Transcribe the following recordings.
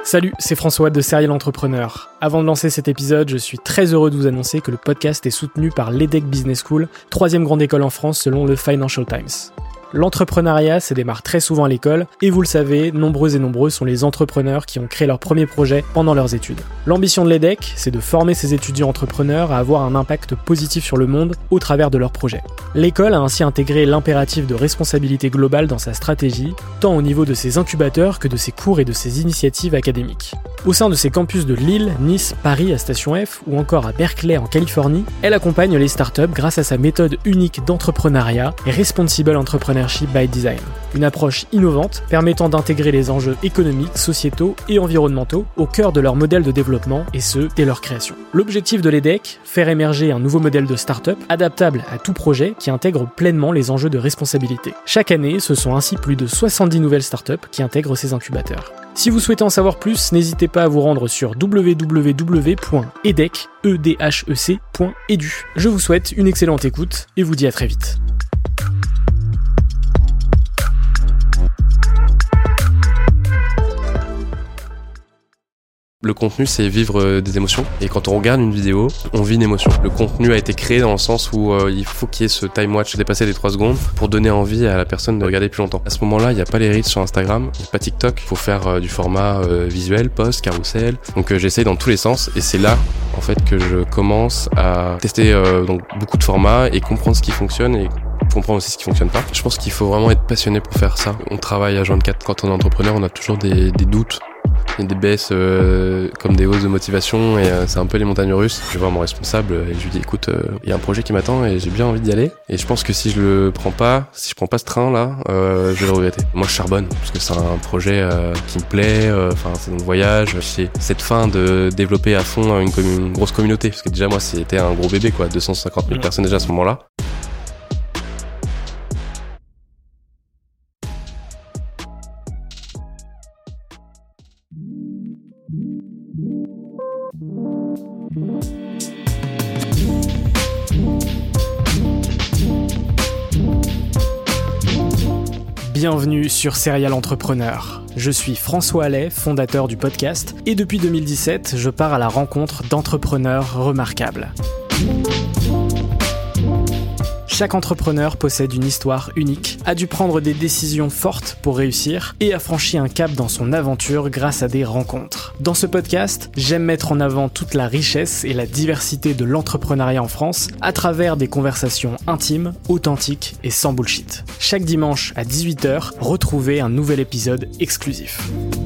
Salut, c'est François de Serial Entrepreneur. Avant de lancer cet épisode, je suis très heureux de vous annoncer que le podcast est soutenu par l'EDEC Business School, 3e grande école en France selon le Financial Times. L'entrepreneuriat, ça démarre très souvent à l'école, et vous le savez, nombreux et nombreux sont les entrepreneurs qui ont créé leur premier projet pendant leurs études. L'ambition de l'EDEC, c'est de former ces étudiants entrepreneurs à avoir un impact positif sur le monde au travers de leurs projets. L'école a ainsi intégré l'impératif de responsabilité globale dans sa stratégie, tant au niveau de ses incubateurs que de ses cours et de ses initiatives académiques. Au sein de ses campus de Lille, Nice, Paris à Station F ou encore à Berkeley en Californie, elle accompagne les startups grâce à sa méthode unique d'entrepreneuriat et Responsible Entrepreneurship by Design. Une approche innovante permettant d'intégrer les enjeux économiques, sociétaux et environnementaux au cœur de leur modèle de développement et ce, dès leur création. L'objectif de l'EDEC, faire émerger un nouveau modèle de startup adaptable à tout projet qui intègre pleinement les enjeux de responsabilité. Chaque année, ce sont ainsi plus de 70 nouvelles startups qui intègrent ces incubateurs. Si vous souhaitez en savoir plus, n'hésitez pas à vous rendre sur www.edec.edu. Je vous souhaite une excellente écoute et vous dis à très vite. Le contenu, c'est vivre des émotions. Et quand on regarde une vidéo, on vit une émotion. Le contenu a été créé dans le sens où il faut qu'il y ait ce time watch dépasser les 3 secondes pour donner envie à la personne de regarder plus longtemps. À ce moment-là, il n'y a pas les reels sur Instagram, il n'y a pas TikTok. Il faut faire du format visuel, post, carrousel. Donc j'essaye dans tous les sens et c'est là en fait que je commence à tester donc beaucoup de formats et comprendre ce qui fonctionne et comprendre aussi ce qui fonctionne pas. Je pense qu'il faut vraiment être passionné pour faire ça. On travaille à 24. Quand on est entrepreneur, on a toujours des doutes. Il y a des baisses comme des hausses de motivation et c'est un peu les montagnes russes. Je vais voir mon responsable et je lui dis écoute, il y a un projet qui m'attend et j'ai bien envie d'y aller. Et je pense que si je prends pas ce train là, je vais le regretter. Moi je charbonne parce que c'est un projet qui me plaît, c'est mon voyage. J'ai cette fin de développer à fond une grosse communauté. Parce que déjà moi c'était un gros bébé quoi, 250 000 personnes déjà à ce moment-là. Bienvenue sur Serial Entrepreneur. Je suis François Allais, fondateur du podcast, et depuis 2017, je pars à la rencontre d'entrepreneurs remarquables. Chaque entrepreneur possède une histoire unique, a dû prendre des décisions fortes pour réussir et a franchi un cap dans son aventure grâce à des rencontres. Dans ce podcast, j'aime mettre en avant toute la richesse et la diversité de l'entrepreneuriat en France à travers des conversations intimes, authentiques et sans bullshit. Chaque dimanche à 18h, retrouvez un nouvel épisode exclusif.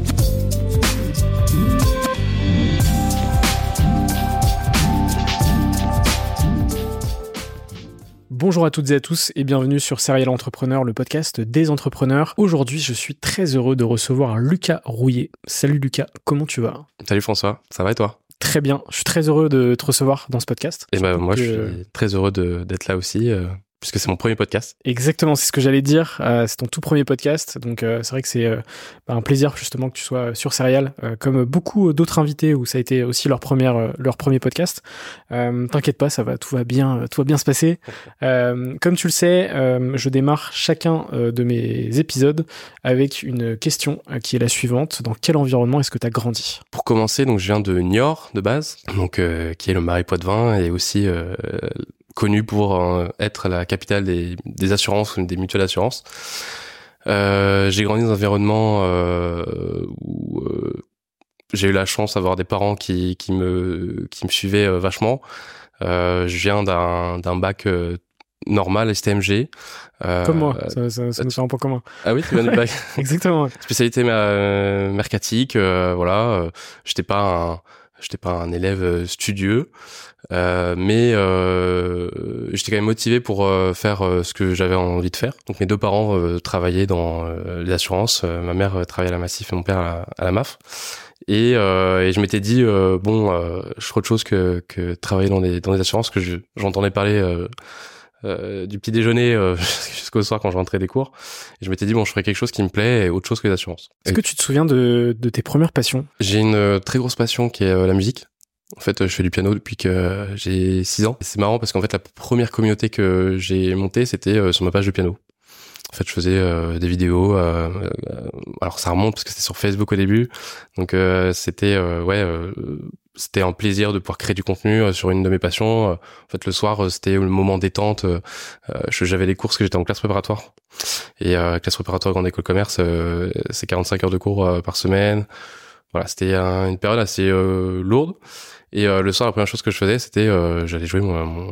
Bonjour à toutes et à tous et bienvenue sur Serial Entrepreneur, le podcast des entrepreneurs. Aujourd'hui, je suis très heureux de recevoir Lucas Rouillet. Salut Lucas, comment tu vas ? Salut François, ça va et toi ? Très bien, je suis très heureux de te recevoir dans ce podcast. Et moi je suis très heureux d'être là aussi. Puisque c'est mon premier podcast. Exactement, c'est ce que j'allais dire. C'est ton tout premier podcast, donc c'est vrai que c'est un plaisir justement que tu sois sur Serial, comme beaucoup d'autres invités où ça a été aussi leur premier podcast. T'inquiète pas, tout va bien se passer. Comme tu le sais, je démarre chacun de mes épisodes avec une question qui est la suivante. Dans quel environnement est-ce que tu as grandi ? Pour commencer, donc je viens de Niort de base, donc qui est le Marais Poitevin et aussi connu pour être la capitale des assurances ou des mutuelles d'assurance. J'ai grandi dans un environnement où j'ai eu la chance d'avoir des parents qui me suivaient vachement. Je viens d'un bac normal STMG. Comme moi, ça nous fait un point commun. Ah oui, tu viens du bac. Exactement. Spécialité mercatique, voilà. J'étais pas un élève studieux. Mais j'étais quand même motivé pour faire ce que j'avais envie de faire. Donc mes deux parents travaillaient dans les assurances. Ma mère travaillait à la Massif et mon père à la MAF. Et je m'étais dit je ferais autre chose que travailler dans des assurances, que j'entendais parler du petit déjeuner jusqu'au soir quand je rentrais des cours. Et je m'étais dit je ferais quelque chose qui me plaît et autre chose que les assurances. Est-ce que tu te souviens de tes premières passions ? J'ai une très grosse passion qui est la musique. En fait, je fais du piano depuis que j'ai 6 ans. Et c'est marrant parce qu'en fait, la première communauté que j'ai montée, c'était sur ma page de piano. En fait, je faisais des vidéos. Alors ça remonte parce que c'était sur Facebook au début, donc c'était c'était un plaisir de pouvoir créer du contenu sur une de mes passions. En fait, le soir, c'était le moment détente. J'avais les cours parce que j'étais en classe préparatoire. Et classe préparatoire grande école commerce, c'est 45 heures de cours par semaine. Voilà, c'était une période assez lourde. Et le soir, la première chose que je faisais, c'était j'allais jouer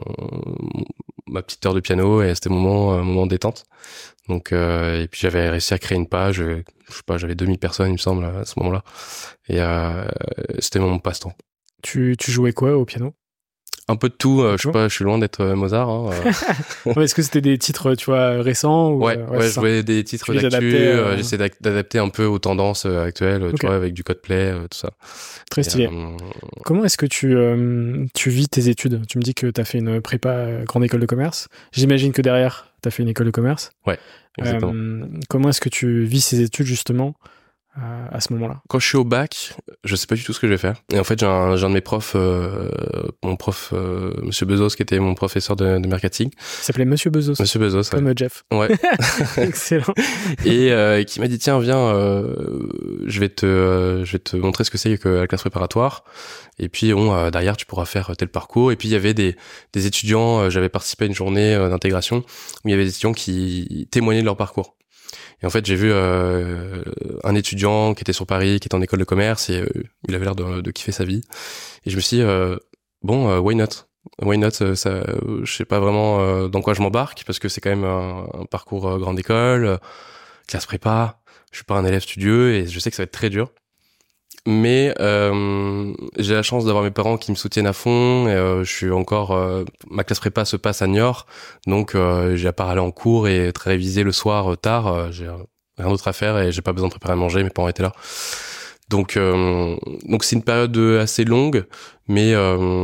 ma petite heure de piano et c'était mon moment détente. Donc et puis j'avais réussi à créer une page, je sais pas, j'avais 2000 personnes il me semble à ce moment-là. Et c'était mon passe-temps. Tu jouais quoi au piano? Un peu de tout, je sais pas, je suis loin d'être Mozart. Est-ce que c'était des titres, tu vois, récents ou, je jouais des titres d'actu, j'essaie d'adapter un peu aux tendances actuelles, tu vois, avec du Codeplay, tout ça. Très stylé. Comment est-ce que tu vis tes études? Tu me dis que tu as fait une prépa grande école de commerce. J'imagine que derrière, tu as fait une école de commerce. Ouais, exactement. Comment est-ce que tu vis ces études, justement, à ce moment-là? Quand je suis au bac, je sais pas du tout ce que je vais faire. Et en fait, j'ai un de mes profs, mon prof, Monsieur Bezos, qui était mon professeur de marketing. Il s'appelait Monsieur Bezos. Monsieur Bezos, comme Jeff. Ouais. Excellent. Et qui m'a dit, tiens, viens, je vais te montrer ce que c'est que la classe préparatoire. Et puis, derrière, tu pourras faire tel parcours. Et puis, il y avait des étudiants, j'avais participé à une journée d'intégration où il y avait des étudiants qui témoignaient de leur parcours. Et en fait, j'ai vu un étudiant qui était sur Paris, qui était en école de commerce, et il avait l'air de kiffer sa vie. Et je me suis dit, why not? Why not? Ça, je sais pas vraiment dans quoi je m'embarque, parce que c'est quand même un parcours grande école, classe prépa. Je suis pas un élève studieux, et je sais que ça va être très dur. Mais j'ai la chance d'avoir mes parents qui me soutiennent à fond. Et, je suis encore ma classe prépa se passe à Niort, donc j'ai à part aller en cours et être révisé le soir tard, j'ai rien d'autre à faire et j'ai pas besoin de préparer à manger. Mes parents étaient là, donc c'est une période assez longue, mais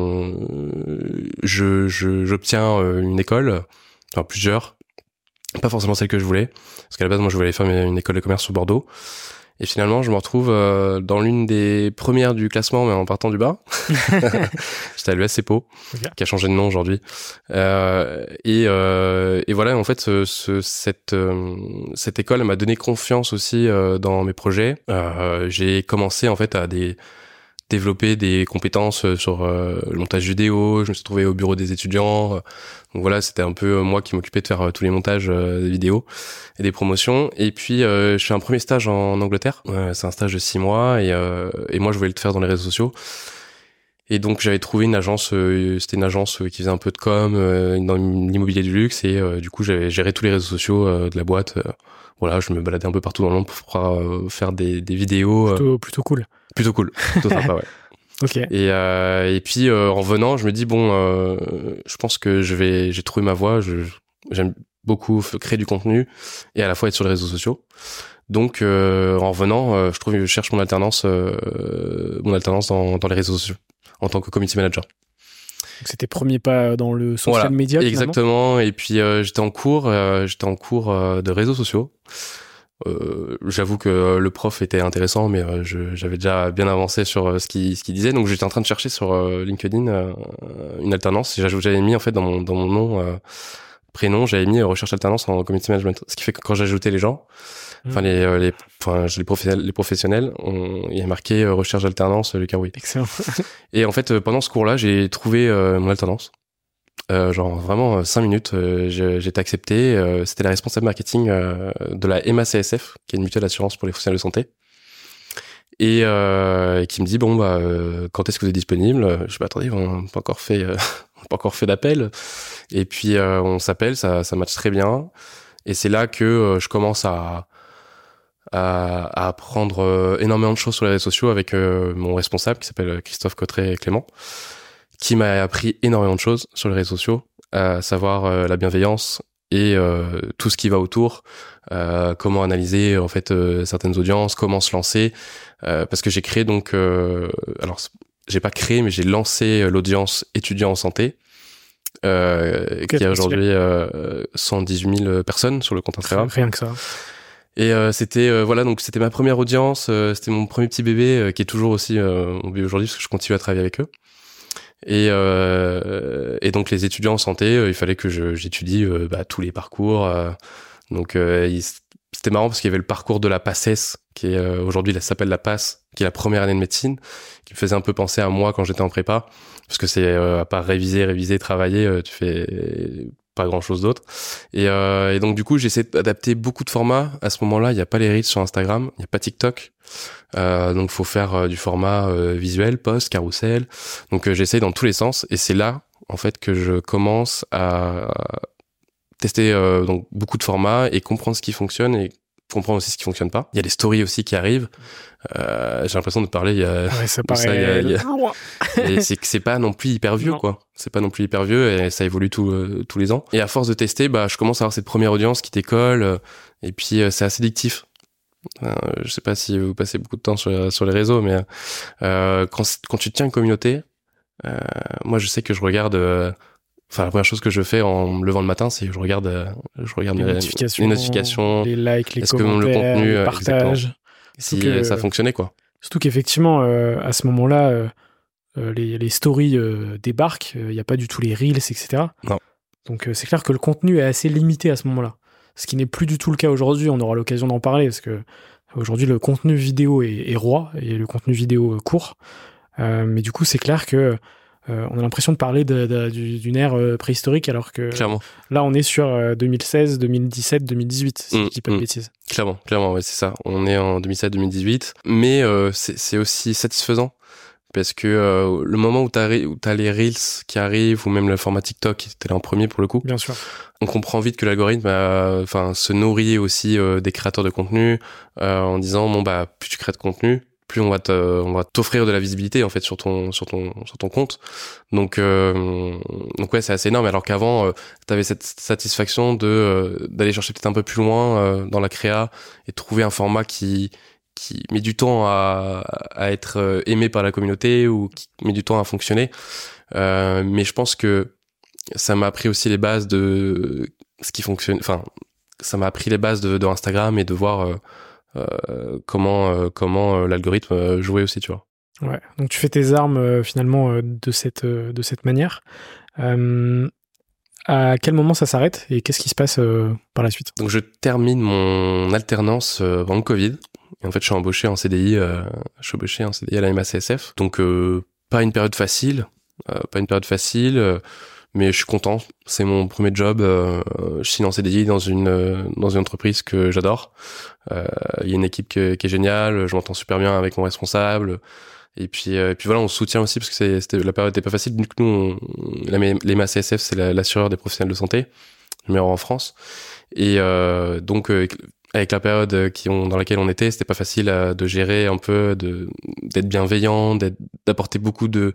j'obtiens une école, enfin plusieurs, pas forcément celle que je voulais, parce qu'à la base moi je voulais faire une école de commerce sur Bordeaux. Et finalement, je me retrouve dans l'une des premières du classement, mais en partant du bas. J'étais à l'ESC Pau, qui a changé de nom aujourd'hui. Et voilà, en fait, cette école m'a donné confiance aussi dans mes projets. J'ai commencé en fait à développer des compétences sur le montage vidéo. Je me suis trouvé au bureau des étudiants. Donc voilà, c'était un peu moi qui m'occupais de faire tous les montages des vidéos et des promotions. Et puis je fais un premier stage en Angleterre. C'est un stage de 6 mois et moi je voulais le faire dans les réseaux sociaux. Et donc j'avais trouvé une agence, c'était une agence qui faisait un peu de com dans l'immobilier du luxe et du coup j'avais géré tous les réseaux sociaux de la boîte. Voilà, je me baladais un peu partout dans le monde pour pouvoir faire des vidéos. Plutôt cool. Plutôt cool, plutôt sympa, ouais. Ok. Et puis en venant, je me dis je pense que j'ai trouvé ma voie. J'aime beaucoup créer du contenu et à la fois être sur les réseaux sociaux. Donc en venant, je cherche mon alternance dans les réseaux sociaux en tant que community manager. Donc c'était premier pas dans le social media. Exactement. Et puis j'étais en cours de réseaux sociaux. J'avoue que le prof était intéressant, mais j'avais déjà bien avancé sur ce qu'il disait, donc j'étais en train de chercher sur LinkedIn une alternance. J'avais mis en fait dans mon nom prénom, j'avais mis recherche alternance en community management, ce qui fait que quand j'ajoutais les gens, les professionnels, il y a marqué recherche alternance Lucas Rouy. Excellent. Et en fait pendant ce cours-là, j'ai trouvé mon alternance. Genre vraiment 5 minutes, j'ai été accepté. C'était la responsable marketing de la MACSF, qui est une mutuelle d'assurance pour les professionnels de santé, et qui me dit quand est-ce que vous êtes disponible? Je dis attendez, on n'a pas encore fait d'appel. Et puis on s'appelle, ça match très bien. Et c'est là que je commence à apprendre énormément de choses sur les réseaux sociaux avec mon responsable qui s'appelle Christophe Cotteret-Clément, qui m'a appris énormément de choses sur les réseaux sociaux, à savoir la bienveillance et tout ce qui va autour, comment analyser en fait certaines audiences, comment se lancer, parce que j'ai créé donc alors j'ai pas créé mais j'ai lancé l'audience étudiant en santé qui a aujourd'hui 118 000 personnes sur le compte Instagram. Rien que ça. Et c'était donc c'était ma première audience, c'était mon premier petit bébé qui est toujours aussi mon bébé aujourd'hui parce que je continue à travailler avec eux. Et donc les étudiants en santé, il fallait que j'étudie tous les parcours Donc c'était marrant parce qu'il y avait le parcours de la PACES, qui est aujourd'hui, ça s'appelle la PASS, qui est la première année de médecine, qui me faisait un peu penser à moi quand j'étais en prépa, parce que c'est à part réviser, travailler, tu fais pas grand chose d'autre. Et donc du coup, j'essaie d'adapter beaucoup de formats. À ce moment-là, il n'y a pas les Reels sur Instagram, il n'y a pas TikTok. Donc faut faire du format visuel, post, carrousel. Donc j'essaie dans tous les sens, et c'est là en fait que je commence à tester donc beaucoup de formats et comprendre ce qui fonctionne et comprendre aussi ce qui fonctionne pas. Il y a les stories aussi qui arrivent. J'ai l'impression de parler il y a ouais, ça paraît et c'est pas non plus hyper vieux, quoi. C'est pas non plus hyper vieux, et ça évolue tous les ans. Et à force de tester, je commence à avoir cette première audience qui décolle, et puis c'est assez addictif. Je sais pas si vous passez beaucoup de temps sur les réseaux, mais quand tu tiens une communauté, moi je sais que je regarde la première chose que je fais en me levant le matin, c'est que je regarde les notifications, les likes, les est-ce commentaires, que le contenu, les partages. si ça fonctionnait, quoi. Surtout qu'effectivement, à ce moment-là, les stories débarquent, il n'y a pas du tout les reels, etc. Non. Donc c'est clair que le contenu est assez limité à ce moment-là. Ce qui n'est plus du tout le cas aujourd'hui, on aura l'occasion d'en parler, parce que aujourd'hui le contenu vidéo est roi, et le contenu vidéo court. Mais du coup, c'est clair que on a l'impression de parler d'une ère préhistorique, alors que clairement. Là, on est sur 2016, 2017, 2018, si je dis pas de bêtises. Clairement, ouais, c'est ça. On est en 2017-2018, mais c'est aussi satisfaisant, parce que le moment où t'as les Reels qui arrivent, ou même le format TikTok qui était là en premier pour le coup, bien sûr, on comprend vite que l'algorithme se nourrit aussi des créateurs de contenu, en disant plus tu crées de contenu, plus on va t'offrir de la visibilité en fait sur ton compte. Donc ouais, c'est assez énorme, alors qu'avant t'avais cette satisfaction d'aller chercher peut-être un peu plus loin dans la créa et trouver un format qui met du temps à être aimé par la communauté, ou qui met du temps à fonctionner. Mais je pense que ça m'a appris aussi les bases de ce qui fonctionne. Enfin, ça m'a appris les bases de Instagram, et de voir comment l'algorithme jouait aussi, tu vois. Ouais. Donc tu fais tes armes finalement de cette manière. À quel moment ça s'arrête, et qu'est-ce qui se passe par la suite? Donc je termine mon alternance pendant le Covid. Et en fait, je suis embauché en CDI. Je suis embauché en CDI à la MACSF. Donc pas une période facile, mais je suis content. C'est mon premier job. Je signe en CDI dans une entreprise que j'adore. Il y a une équipe qui est géniale. Je m'entends super bien avec mon responsable. Et puis voilà, on se soutient aussi, parce que la période n'était pas facile. Du coup, nous, les MACSF, c'est l'assureur des professionnels de santé, numéro en France. Et donc avec la période dans laquelle on était, c'était pas facile de gérer un peu, d'être bienveillant, d'apporter beaucoup de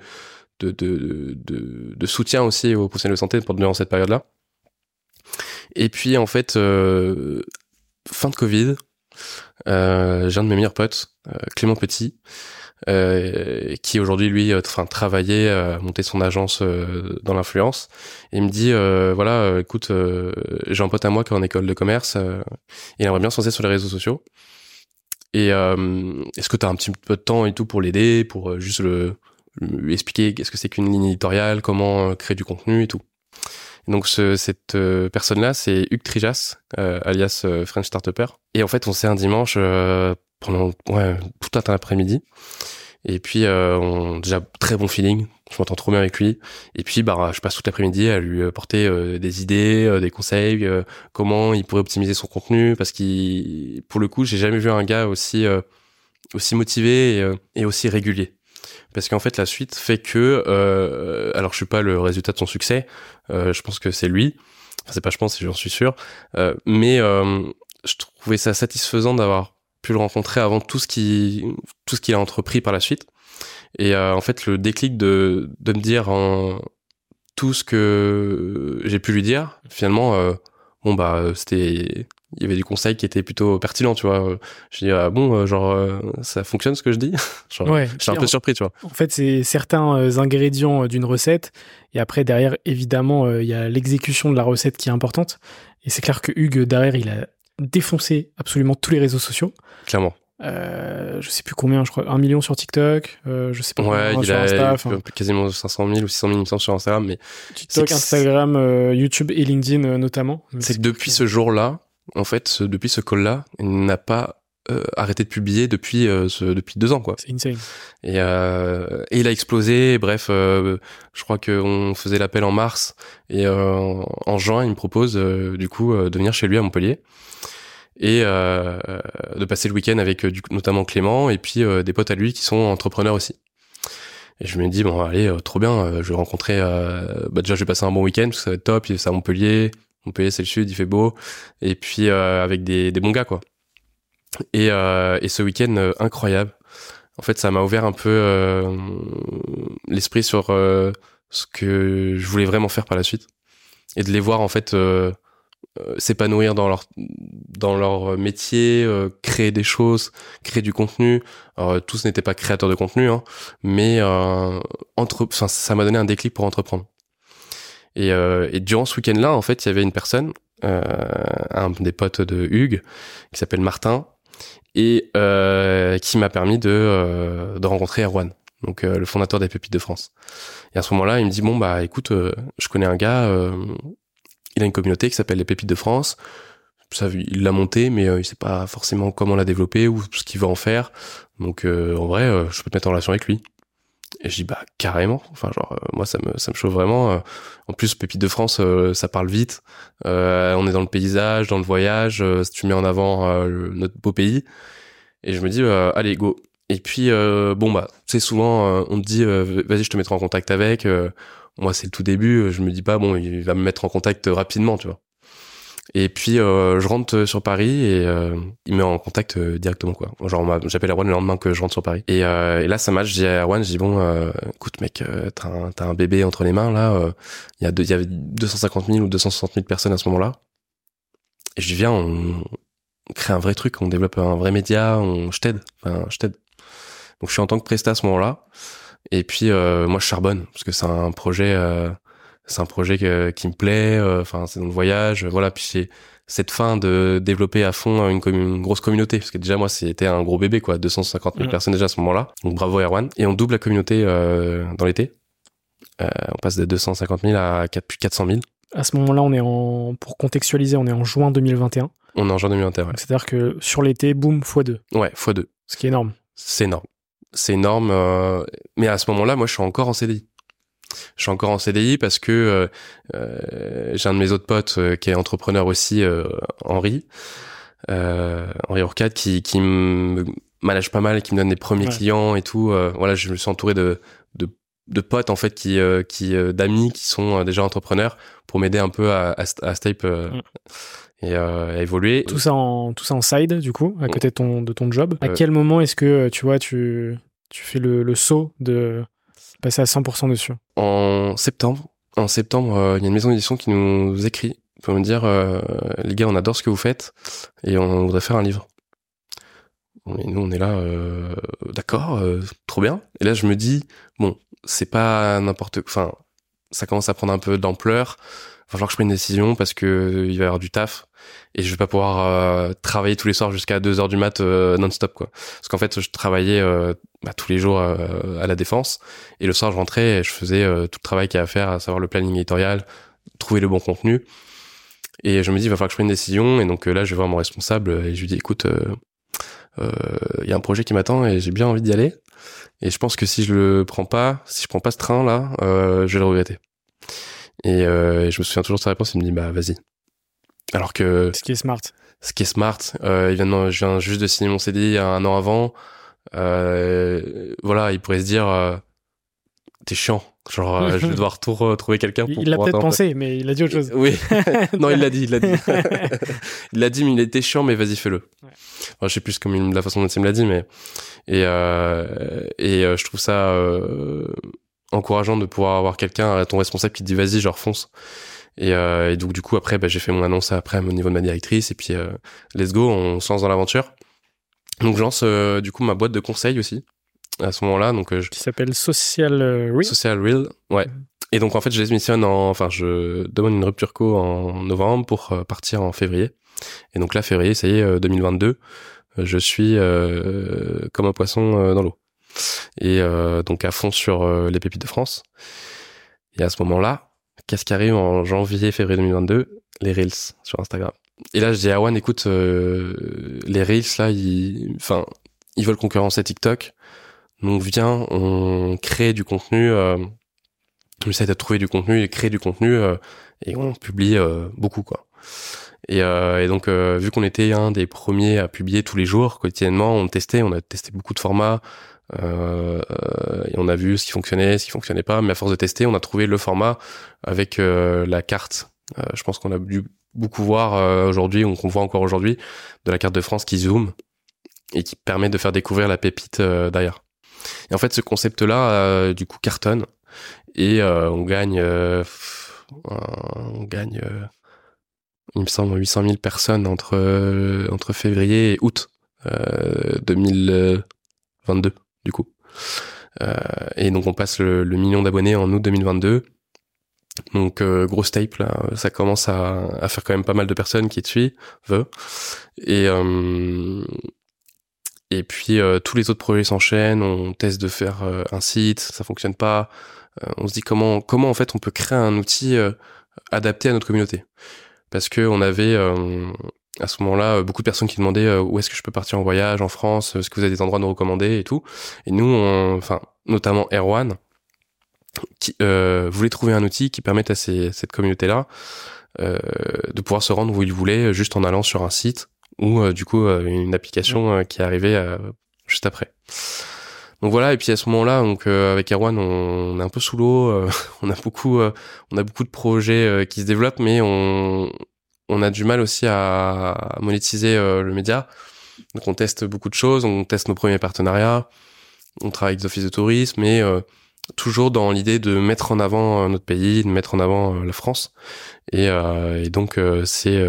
soutien aussi aux professionnels de santé durant cette période-là. Et puis en fait, fin de Covid, j'ai un de mes meilleurs potes, Clément Petit, qui aujourd'hui lui travaillait, montait son agence dans l'influence, et il me dit écoute, j'ai un pote à moi qui est en école de commerce, il aimerait bien se lancer sur les réseaux sociaux, et est-ce que t'as un petit peu de temps et tout pour l'aider, pour juste lui expliquer qu'est-ce que c'est qu'une ligne éditoriale, comment créer du contenu et tout. Et donc cette personne-là, c'est Hugues Trijas, alias French Startupper, et en fait on s'est un dimanche pendant tout un après-midi. Et puis déjà très bon feeling, je m'entends trop bien avec lui. Et puis je passe toute l'après-midi à lui apporter des idées, des conseils, comment il pourrait optimiser son contenu, parce qu'il, pour le coup, j'ai jamais vu un gars aussi motivé et aussi régulier. Parce qu'en fait, la suite fait que alors je suis pas le résultat de son succès, je pense que c'est lui. Enfin, c'est pas je pense, j'en suis sûr. Mais je trouvais ça satisfaisant d'avoir pu le rencontrer avant tout ce qu'il a entrepris par la suite. Et en fait, le déclic de me dire tout ce que j'ai pu lui dire, finalement, c'était, il y avait du conseil qui était plutôt pertinent, tu vois. Je dis ça fonctionne ce que je dis. J'étais un peu surpris, tu vois. En fait, c'est certains ingrédients d'une recette, et après derrière, évidemment, il y a l'exécution de la recette qui est importante. Et c'est clair que Hugues, derrière, il a défoncé absolument tous les réseaux sociaux. Clairement. Je sais plus combien, je crois 1 million sur TikTok, je sais pas combien sur Insta. Quasiment 500 000 ou 600 000 sur Instagram, mais TikTok, Instagram, YouTube et LinkedIn notamment. C'est que depuis ce jour-là, en fait, depuis ce call-là, il n'a pas arrêté de publier depuis 2 ans, quoi. C'est insane. Et il a explosé. Bref, je crois qu'on faisait l'appel en mars et en juin, il me propose du coup de venir chez lui à Montpellier et de passer le week-end avec notamment Clément et puis des potes à lui qui sont entrepreneurs aussi. Et je me dis bon allez, trop bien, je vais rencontrer. Déjà, je vais passer un bon week-end parce que ça va être top. C'est à Montpellier. Montpellier, c'est le sud, il fait beau. Et puis avec des bons gars, quoi. Et ce week-end incroyable. En fait, ça m'a ouvert un peu l'esprit sur ce que je voulais vraiment faire par la suite et de les voir en fait s'épanouir dans leur métier, créer des choses, créer du contenu. Alors, tous n'étaient pas créateurs de contenu, hein, mais ça m'a donné un déclic pour entreprendre. Et durant ce week-end-là, en fait, il y avait une personne, un des potes de Hugues, qui s'appelle Martin, et qui m'a permis de rencontrer Erwan, donc le fondateur des Pépites de France. Et à ce moment-là, il me dit bon bah écoute, je connais un gars, il a une communauté qui s'appelle les Pépites de France. Ça, il l'a monté, mais il sait pas forcément comment la développer ou ce qu'il va en faire. Donc en vrai, je peux te mettre en relation avec lui. Et je dis bah carrément. Enfin genre moi ça me chauffe vraiment. En plus Pépites de France, ça parle vite. On est dans le paysage, dans le voyage. Tu mets en avant notre beau pays. Et je me dis allez go. Et puis bon bah tu sais souvent on te dit vas-y je te mettrai en contact avec. Moi c'est le tout début. Je me dis pas bon il va me mettre en contact rapidement tu vois. Et puis je rentre sur Paris et il me met en contact directement quoi. Genre j'appelle Erwan le lendemain que je rentre sur Paris. Et là ça match, je dis à Erwan, je dis bon écoute mec, t'as un bébé entre les mains là, il y avait 250 000 ou 260 000 personnes à ce moment-là. Et je dis viens, on crée un vrai truc, on développe un vrai média, je t'aide. Donc je suis en tant que prestat à ce moment-là. Et puis moi je charbonne parce que c'est un projet qui me plaît, c'est dans le voyage, voilà. Puis c'est cette fin de développer à fond une grosse communauté, parce que déjà moi c'était un gros bébé quoi, 250 000 personnes déjà à ce moment-là. Donc bravo Erwan. Et on double la communauté dans l'été. On passe de 250 000 à plus de 400 000. À ce moment-là, pour contextualiser, on est en juin 2021. On est en juin 2021. Ouais. C'est-à-dire que sur l'été, boum, x2. Ouais, x2. Ce qui est énorme. C'est énorme. C'est énorme. Mais à ce moment-là, moi je suis encore en CDI. Je suis encore en CDI parce que j'ai un de mes autres potes qui est entrepreneur aussi, Henri Ourcade, qui me manage pas mal et qui me donne les premiers clients et tout. Voilà, je me suis entouré de potes en fait d'amis qui sont déjà entrepreneurs pour m'aider un peu à step et à évoluer. Tout ça en side du coup, à côté de ton job. À quel moment est-ce que tu vois tu fais le saut de passer à 100% dessus? En septembre, il y a une maison d'édition qui nous écrit pour me dire les gars, on adore ce que vous faites et on voudrait faire un livre. Et nous, on est là, d'accord, trop bien. Et là, je me dis, bon, c'est pas ça commence à prendre un peu d'ampleur. Il va falloir que je prenne une décision parce que il va y avoir du taf et je vais pas pouvoir travailler tous les soirs jusqu'à 2h du mat non-stop quoi. Parce qu'en fait, je travaillais tous les jours à la Défense et le soir je rentrais et je faisais tout le travail qu'il y a à faire, à savoir le planning éditorial, trouver le bon contenu. Et je me dis il va falloir que je prenne une décision et donc là je vais voir mon responsable et je lui dis écoute il y a un projet qui m'attend et j'ai bien envie d'y aller et je pense que si je prends pas ce train là, je vais le regretter. Et je me souviens toujours de sa réponse, il me dit bah vas-y. Alors que ce qui est smart, je viens juste de signer mon CDI un an avant. Voilà, il pourrait se dire t'es chiant, genre je vais devoir tout retrouver quelqu'un pour. Il l'a peut-être pensé, mais il a dit autre chose. Oui, non, il l'a dit. Il l'a dit, mais il était chiant, mais vas-y fais-le. Ouais. Enfin, je sais plus comme la façon dont il me l'a dit, mais et je trouve ça encourageant de pouvoir avoir quelqu'un, ton responsable qui te dit vas-y, genre fonce. Et donc du coup après j'ai fait mon annonce après au niveau de ma directrice et puis let's go, on se lance dans l'aventure. Donc je lance du coup ma boîte de conseil aussi à ce moment-là, donc qui s'appelle Social Real. Social Real, ouais. Et donc en fait je les missionne je demande une rupture co en novembre pour partir en février. Et donc là février, ça y est, 2022, je suis comme un poisson dans l'eau. Et donc à fond sur les Pépites de France. Et à ce moment-là, qu'est-ce qui arrive en janvier, février 2022? Les Reels sur Instagram. Et là, je dis à Erwan, écoute, les Reels, là, ils veulent concurrencer TikTok. Donc, viens, on crée du contenu, on essaie de trouver du contenu et créer du contenu, et on publie beaucoup, quoi. Et donc, vu qu'on était un des premiers à publier tous les jours, quotidiennement, on a testé beaucoup de formats, et on a vu ce qui fonctionnait pas, mais à force de tester, on a trouvé le format avec la carte. Je pense qu'on a dû beaucoup voir aujourd'hui, ou qu'on voit encore aujourd'hui, de la carte de France qui zoome et qui permet de faire découvrir la pépite derrière. Et en fait, ce concept-là, du coup, cartonne et on gagne, il me semble, 800 000 personnes entre février et août 2022, du coup. Et donc, on passe le million d'abonnés en août 2022. Donc grosse tape là, ça commence à faire quand même pas mal de personnes qui te suivent, et puis tous les autres projets s'enchaînent, on teste de faire un site, ça fonctionne pas, on se dit comment en fait on peut créer un outil adapté à notre communauté, parce que on avait à ce moment-là beaucoup de personnes qui demandaient où est-ce que je peux partir en voyage en France, est-ce que vous avez des endroits à nous recommander et tout, et nous notamment Erwan qui voulait trouver un outil qui permette à cette communauté-là de pouvoir se rendre où ils voulaient juste en allant sur un site ou du coup une application qui arrivait juste après. Donc voilà, et puis à ce moment-là, donc avec Erwan, on est un peu sous l'eau, on a beaucoup de projets qui se développent, mais on a du mal aussi à monétiser le média. Donc on teste beaucoup de choses, on teste nos premiers partenariats, on travaille avec des offices de tourisme, mais toujours dans l'idée de mettre en avant notre pays, de mettre en avant la France, et donc on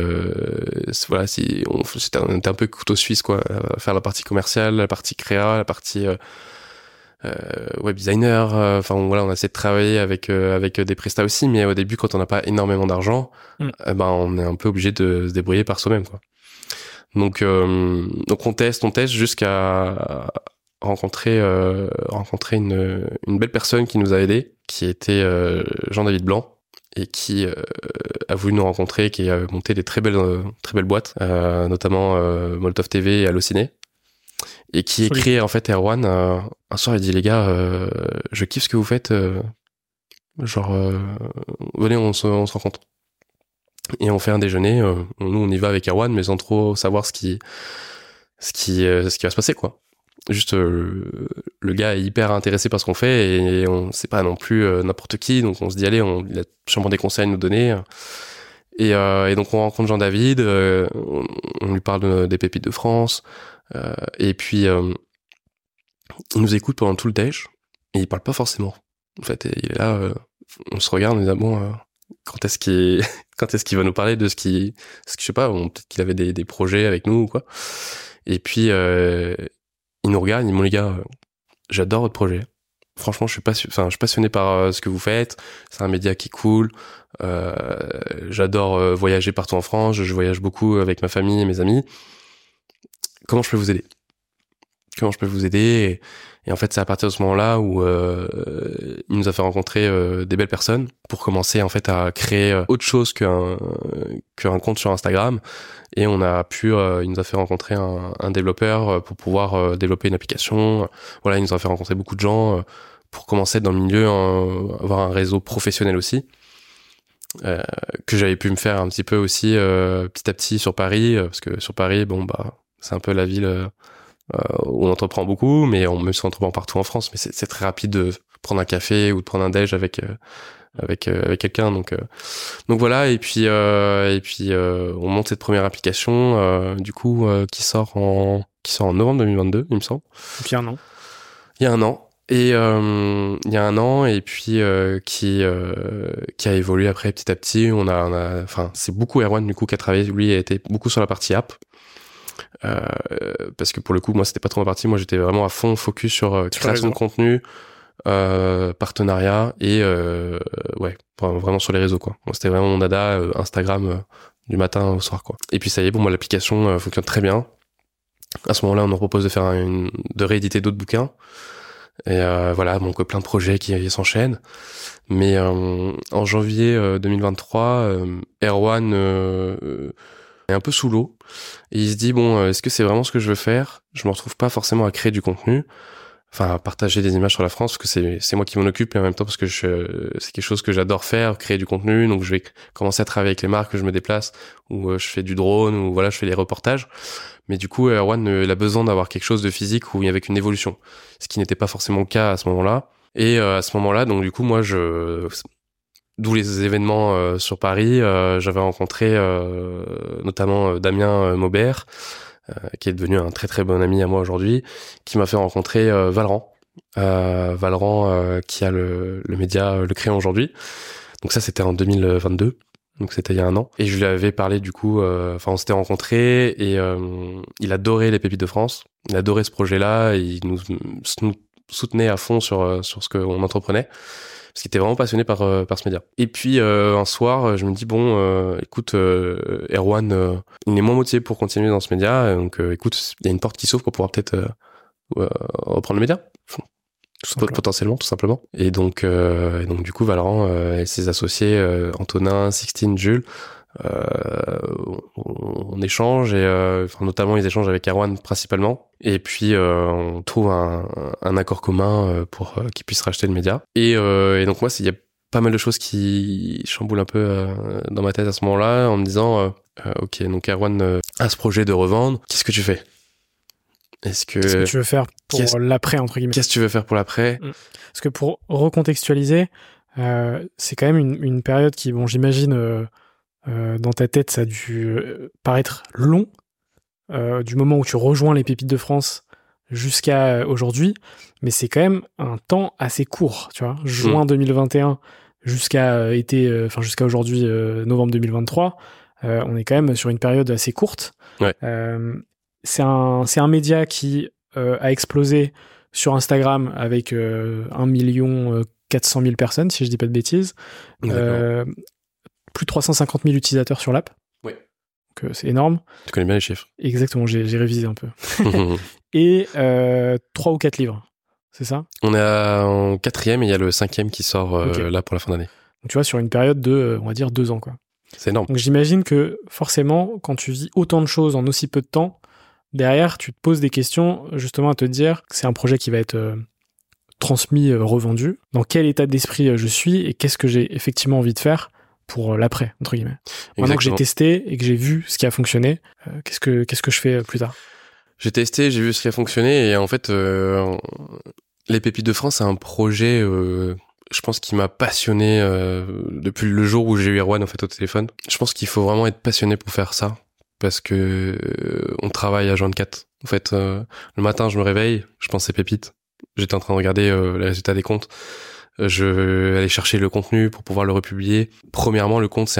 était un peu couteau suisse quoi, à faire la partie commerciale, la partie créa, la partie web designer, on a essayé de travailler avec des prestats aussi, mais au début quand on n'a pas énormément d'argent, on est un peu obligé de se débrouiller par soi-même quoi. Donc on teste jusqu'à rencontrer une belle personne qui nous a aidés, qui était Jean-David Blanc, et qui a voulu nous rencontrer, qui a monté des très belles boîtes, notamment Molotov TV et Allociné, et qui écrit en fait Erwan un soir, il dit les gars, je kiffe ce que vous faites, venez on se rencontre. Et on fait un déjeuner, nous on y va avec Erwan, mais sans trop savoir ce qui va se passer quoi. Juste le gars est hyper intéressé par ce qu'on fait, et on sait pas non plus n'importe qui, donc on se dit allez, il a sûrement des conseils à nous donner, et donc on rencontre Jean-David, on lui parle des pépites de France, et puis il nous écoute pendant tout le déj, et il parle pas forcément en fait, il est là, on se regarde, on dit quand est-ce qu'il va nous parler de ce qui je sais pas, peut-être qu'il avait des projets avec nous ou quoi. Et puis il nous regarde, il dit les gars, j'adore votre projet. Franchement, je suis passionné par ce que vous faites. C'est un média qui est cool. J'adore voyager partout en France. Je voyage beaucoup avec ma famille et mes amis. Comment je peux vous aider? Et en fait, c'est à partir de ce moment-là où il nous a fait rencontrer des belles personnes pour commencer en fait à créer autre chose qu'un compte sur Instagram. Et il nous a fait rencontrer un développeur pour pouvoir développer une application. Voilà, il nous a fait rencontrer beaucoup de gens pour commencer dans le milieu, avoir un réseau professionnel aussi. Que j'avais pu me faire un petit peu aussi petit à petit sur Paris, parce que sur Paris, c'est un peu la ville où on entreprend beaucoup, mais on entreprend partout en France, mais c'est très rapide de prendre un café ou de prendre un déj avec quelqu'un, donc voilà. Et puis on monte cette première application qui sort en novembre 2022, il me semble. Et puis un an. Il y a un an, et puis qui a évolué après petit à petit. C'est beaucoup Erwan du coup qui a travaillé, lui a été beaucoup sur la partie app. Parce que pour le coup moi c'était pas trop ma partie, moi j'étais vraiment à fond focus sur création de contenu, partenariat et vraiment sur les réseaux quoi. Moi, c'était vraiment mon dada, Instagram du matin au soir quoi. Et puis ça y est, moi l'application fonctionne très bien. À ce moment-là on nous propose de rééditer d'autres bouquins, et donc plein de projets qui s'enchaînent. Mais en janvier 2023, Erwan est un peu sous l'eau et il se dit bon, est-ce que c'est vraiment ce que je veux faire? Je me retrouve pas forcément à créer du contenu, enfin à partager des images sur la France, parce que c'est moi qui m'en occupe, et en même temps parce que c'est quelque chose que j'adore faire, créer du contenu. Donc je vais commencer à travailler avec les marques, je me déplace, ou je fais du drone, ou voilà, je fais des reportages. Mais du coup, Erwan, il a besoin d'avoir quelque chose de physique où il y avait une évolution, ce qui n'était pas forcément le cas à ce moment-là. Et à ce moment-là, donc du coup, moi, d'où les événements sur Paris, j'avais rencontré notamment Damien Maubert, qui est devenu un très très bon ami à moi aujourd'hui, qui m'a fait rencontrer Valran. Valran qui a le média Le Crayon aujourd'hui. Donc ça, c'était en 2022. Donc c'était il y a un an. Et je lui avais parlé du coup, on s'était rencontrés et il adorait les Pépites de France. Il adorait ce projet-là et il nous soutenait à fond sur ce qu'on entreprenait. Parce qu'il était vraiment passionné par ce média. Et puis un soir, je me dis écoute, Erwan, il est moins motivé pour continuer dans ce média. Donc écoute, il y a une porte qui s'ouvre pour pouvoir peut-être reprendre le média. Potentiellement, tout simplement. Et donc du coup, Valran et ses associés, Antonin, Sixtine, Jules, on échange et notamment ils échangent avec Erwan principalement. Et puis on trouve un accord commun pour qu'ils puissent racheter le média. Et donc moi, il y a pas mal de choses qui chamboulent un peu dans ma tête à ce moment-là, en me disant ok, donc Erwan a ce projet de revendre. Qu'est-ce que tu fais? Qu'est-ce que tu veux faire pour l'après, entre guillemets? Qu'est-ce que tu veux faire pour l'après? Parce que pour recontextualiser, c'est quand même une période qui, bon, j'imagine, dans ta tête, ça a dû paraître long, du moment où tu rejoins les Pépites de France jusqu'à aujourd'hui, mais c'est quand même un temps assez court, tu vois. Juin 2021 jusqu'à jusqu'à aujourd'hui, novembre 2023, on est quand même sur une période assez courte. Ouais. C'est un média qui a explosé sur Instagram avec 1 400 000 personnes, si je dis pas de bêtises. Plus de 350 000 utilisateurs sur l'app. Oui. Donc c'est énorme. Tu connais bien les chiffres. Exactement, j'ai révisé un peu. Et 3 ou 4 livres, c'est ça? On est en 4e et il y a le 5e qui sort là pour la fin d'année. Donc tu vois, sur une période de, on va dire, 2 ans, quoi. C'est énorme. Donc j'imagine que forcément, quand tu vis autant de choses en aussi peu de temps, derrière, tu te poses des questions justement à te dire que c'est un projet qui va être transmis, revendu. Dans quel état d'esprit je suis et qu'est-ce que j'ai effectivement envie de faire pour l'après, entre guillemets. Maintenant que j'ai testé et que j'ai vu ce qui a fonctionné, qu'est-ce que je fais plus tard? J'ai testé, j'ai vu ce qui a fonctionné et en fait, les Pépites de France, c'est un projet, je pense, qui m'a passionné depuis le jour où j'ai eu Erwan en fait au téléphone. Je pense qu'il faut vraiment être passionné pour faire ça. Parce que on travaille à H24. En fait, le matin, je me réveille, je pensais Pépites. J'étais en train de regarder les résultats des comptes. Je vais aller chercher le contenu pour pouvoir le republier. Premièrement, le compte, c'est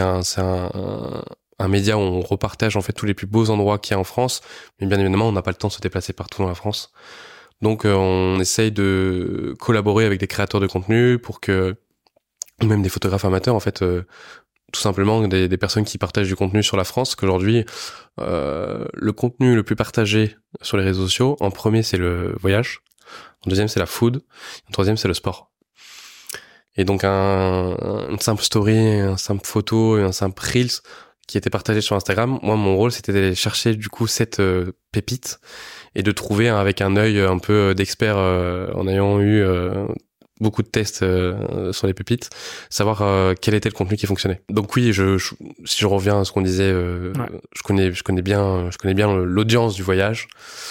un média où on repartage en fait tous les plus beaux endroits qu'il y a en France. Mais bien évidemment, on n'a pas le temps de se déplacer partout dans la France. Donc, on essaye de collaborer avec des créateurs de contenu pour que, ou même des photographes amateurs, en fait, tout simplement des personnes qui partagent du contenu sur la France, qu'aujourd'hui, le contenu le plus partagé sur les réseaux sociaux, en premier, c'est le voyage, en deuxième, c'est la food, en troisième, c'est le sport. Et donc, une simple story, une simple photo, un simple reels qui était partagé sur Instagram, moi, mon rôle, c'était d'aller chercher, du coup, cette pépite et de trouver avec un œil un peu d'expert, en ayant eu beaucoup de tests sur les pépites, savoir quel était le contenu qui fonctionnait. Donc oui, si je reviens à ce qu'on disait, je connais bien l'audience du voyage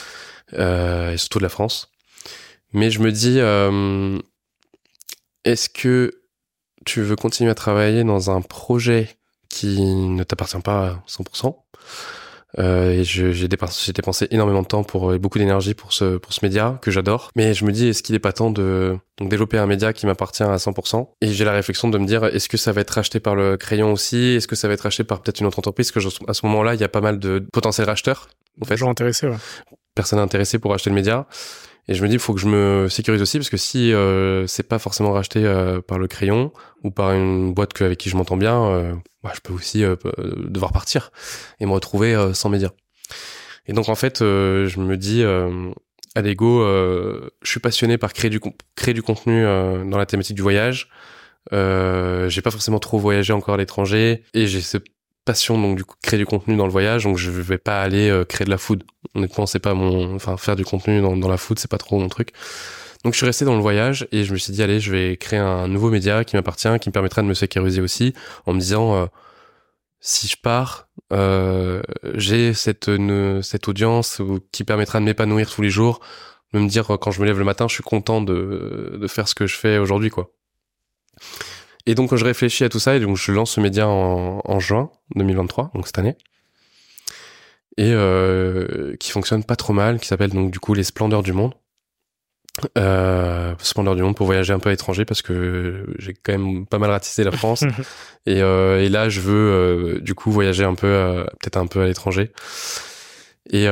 et surtout de la France. Mais je me dis, est-ce que tu veux continuer à travailler dans un projet qui ne t'appartient pas à 100%? Et j'ai dépensé énormément de temps et beaucoup d'énergie pour ce média que j'adore. Mais je me dis, est-ce qu'il est pas temps de développer un média qui m'appartient à 100%? Et j'ai la réflexion de me dire, est-ce que ça va être racheté par le Crayon aussi? Est-ce que ça va être racheté par peut-être une autre entreprise? Parce que à ce moment-là, il y a pas mal de potentiels racheteurs. En fait, gens intéressés, ouais. Personne intéressée pour acheter le média. Et je me dis, il faut que je me sécurise aussi, parce que si c'est pas forcément racheté par le Crayon ou par une boîte avec qui je m'entends bien, je peux aussi devoir partir et me retrouver sans média. Et donc en fait, je me dis, allez go, je suis passionné par créer du contenu dans la thématique du voyage. J'ai pas forcément trop voyagé encore à l'étranger et j'ai ce passion, donc du coup créer du contenu dans le voyage, donc je vais pas aller créer de la food. Honnêtement, c'est pas faire du contenu dans la food, c'est pas trop mon truc. Donc je suis resté dans le voyage et je me suis dit allez, je vais créer un nouveau média qui m'appartient, qui me permettra de me sécuriser aussi, en me disant si je pars, j'ai cette audience qui permettra de m'épanouir tous les jours, de me dire quand je me lève le matin, je suis content de faire ce que je fais aujourd'hui, quoi. Et donc je réfléchis à tout ça et donc je lance ce média en juin 2023, donc cette année, et qui fonctionne pas trop mal, qui s'appelle donc du coup les Splendeurs du Monde. Splendeurs du Monde pour voyager un peu à l'étranger parce que j'ai quand même pas mal ratissé la France et là je veux du coup voyager un peu peut-être un peu à l'étranger et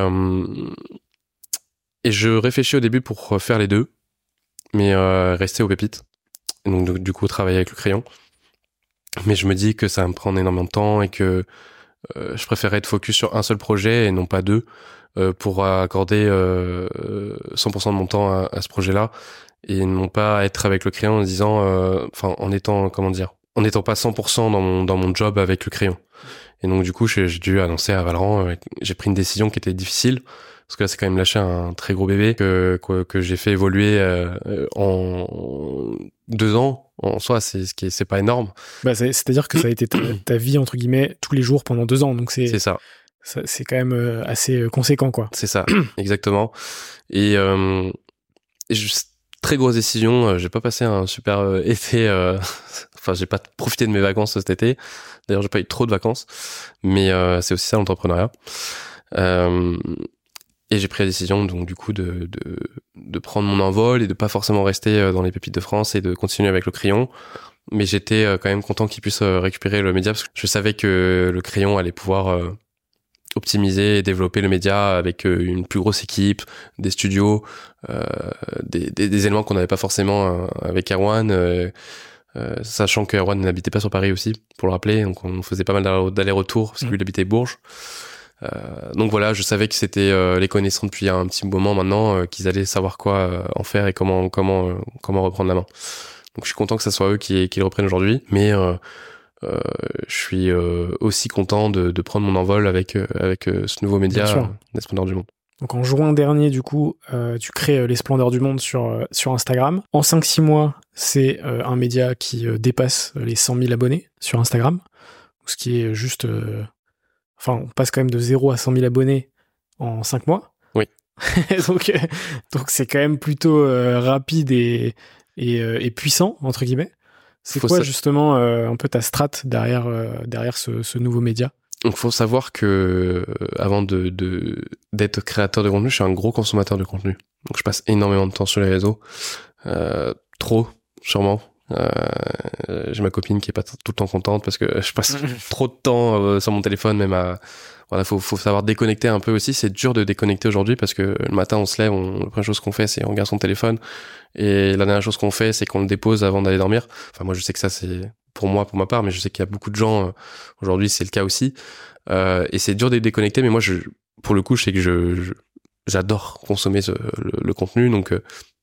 je réfléchis au début pour faire les deux mais rester aux pépites et donc du coup travailler avec le crayon, mais je me dis que ça va me prendre énormément de temps et que je préférerais être focus sur un seul projet et non pas deux, pour accorder 100% de mon temps à ce projet-là et non pas être avec le crayon en disant, en étant pas 100% dans mon job avec le crayon. Et donc du coup, j'ai dû annoncer à Valran, j'ai pris une décision qui était difficile parce que là, c'est quand même lâcher un très gros bébé que j'ai fait évoluer en 2 ans. En soi, c'est pas énorme. C'est-à-dire que ça a été ta vie entre guillemets tous les jours pendant 2 ans, donc c'est ça. C'est quand même assez conséquent, quoi. C'est ça, exactement. Et très grosse décision. J'ai pas passé un super été. J'ai pas profité de mes vacances cet été. D'ailleurs, j'ai pas eu trop de vacances. Mais c'est aussi ça l'entrepreneuriat. Et j'ai pris la décision, donc du coup, de prendre mon envol et de pas forcément rester dans les pépites de France et de continuer avec le crayon. Mais j'étais quand même content qu'il puisse récupérer le média parce que je savais que le crayon allait pouvoir optimiser et développer le média avec une plus grosse équipe, des studios, des éléments qu'on n'avait pas forcément avec Erwan, sachant que Erwan n'habitait pas sur Paris aussi, pour le rappeler, donc on faisait pas mal d'allers-retours parce que lui il habitait Bourges. Donc voilà, je savais que c'était les connaissants depuis un petit moment maintenant, qu'ils allaient savoir quoi en faire et comment reprendre la main. Donc je suis content que ça soit eux qui le reprennent aujourd'hui, mais je suis aussi content de prendre mon envol avec ce nouveau média, les Splendeurs du Monde. Donc en juin dernier, du coup, tu crées les Splendeurs du Monde sur Instagram. En 5-6 mois, c'est un média qui dépasse les 100 000 abonnés sur Instagram, ce qui est juste... on passe quand même de 0 à 100 000 abonnés en 5 mois. Oui. donc c'est quand même plutôt rapide et puissant, entre guillemets. C'est quoi justement un peu ta strat derrière ce nouveau média? Donc faut savoir que avant d'être créateur de contenu, je suis un gros consommateur de contenu. Donc je passe énormément de temps sur les réseaux, trop sûrement. J'ai ma copine qui est pas tout le temps contente parce que je passe trop de temps sur mon téléphone, même faut savoir déconnecter un peu aussi. C'est dur de déconnecter aujourd'hui parce que le matin on se lève, la première chose qu'on fait c'est on regarde son téléphone et la dernière chose qu'on fait c'est qu'on le dépose avant d'aller dormir. Enfin moi je sais que ça c'est pour ma part, mais je sais qu'il y a beaucoup de gens aujourd'hui c'est le cas aussi, et c'est dur de déconnecter, mais moi pour le coup je sais que j'adore consommer le contenu, donc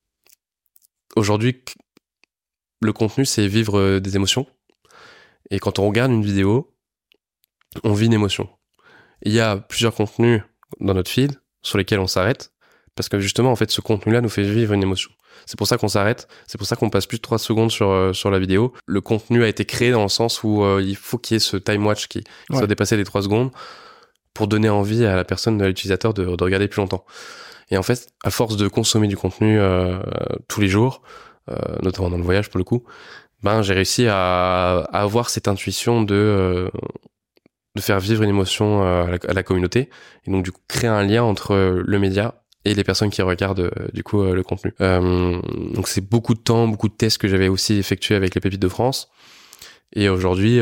aujourd'hui le contenu c'est vivre des émotions, et quand on regarde une vidéo on vit une émotion. Il y a plusieurs contenus dans notre feed sur lesquels on s'arrête parce que justement en fait ce contenu-là nous fait vivre une émotion. C'est pour ça qu'on s'arrête, c'est pour ça qu'on passe plus de 3 secondes sur la vidéo. Le contenu a été créé dans le sens où il faut qu'il y ait ce time watch qui soit dépassé les 3 secondes pour donner envie à la personne, à l'utilisateur de regarder plus longtemps. Et en fait, à force de consommer du contenu tous les jours, notamment dans le voyage pour le coup, j'ai réussi à avoir cette intuition de faire vivre une émotion à la communauté, et donc du coup créer un lien entre le média et les personnes qui regardent du coup le contenu. Donc c'est beaucoup de temps, beaucoup de tests que j'avais aussi effectués avec les pépites de France, et aujourd'hui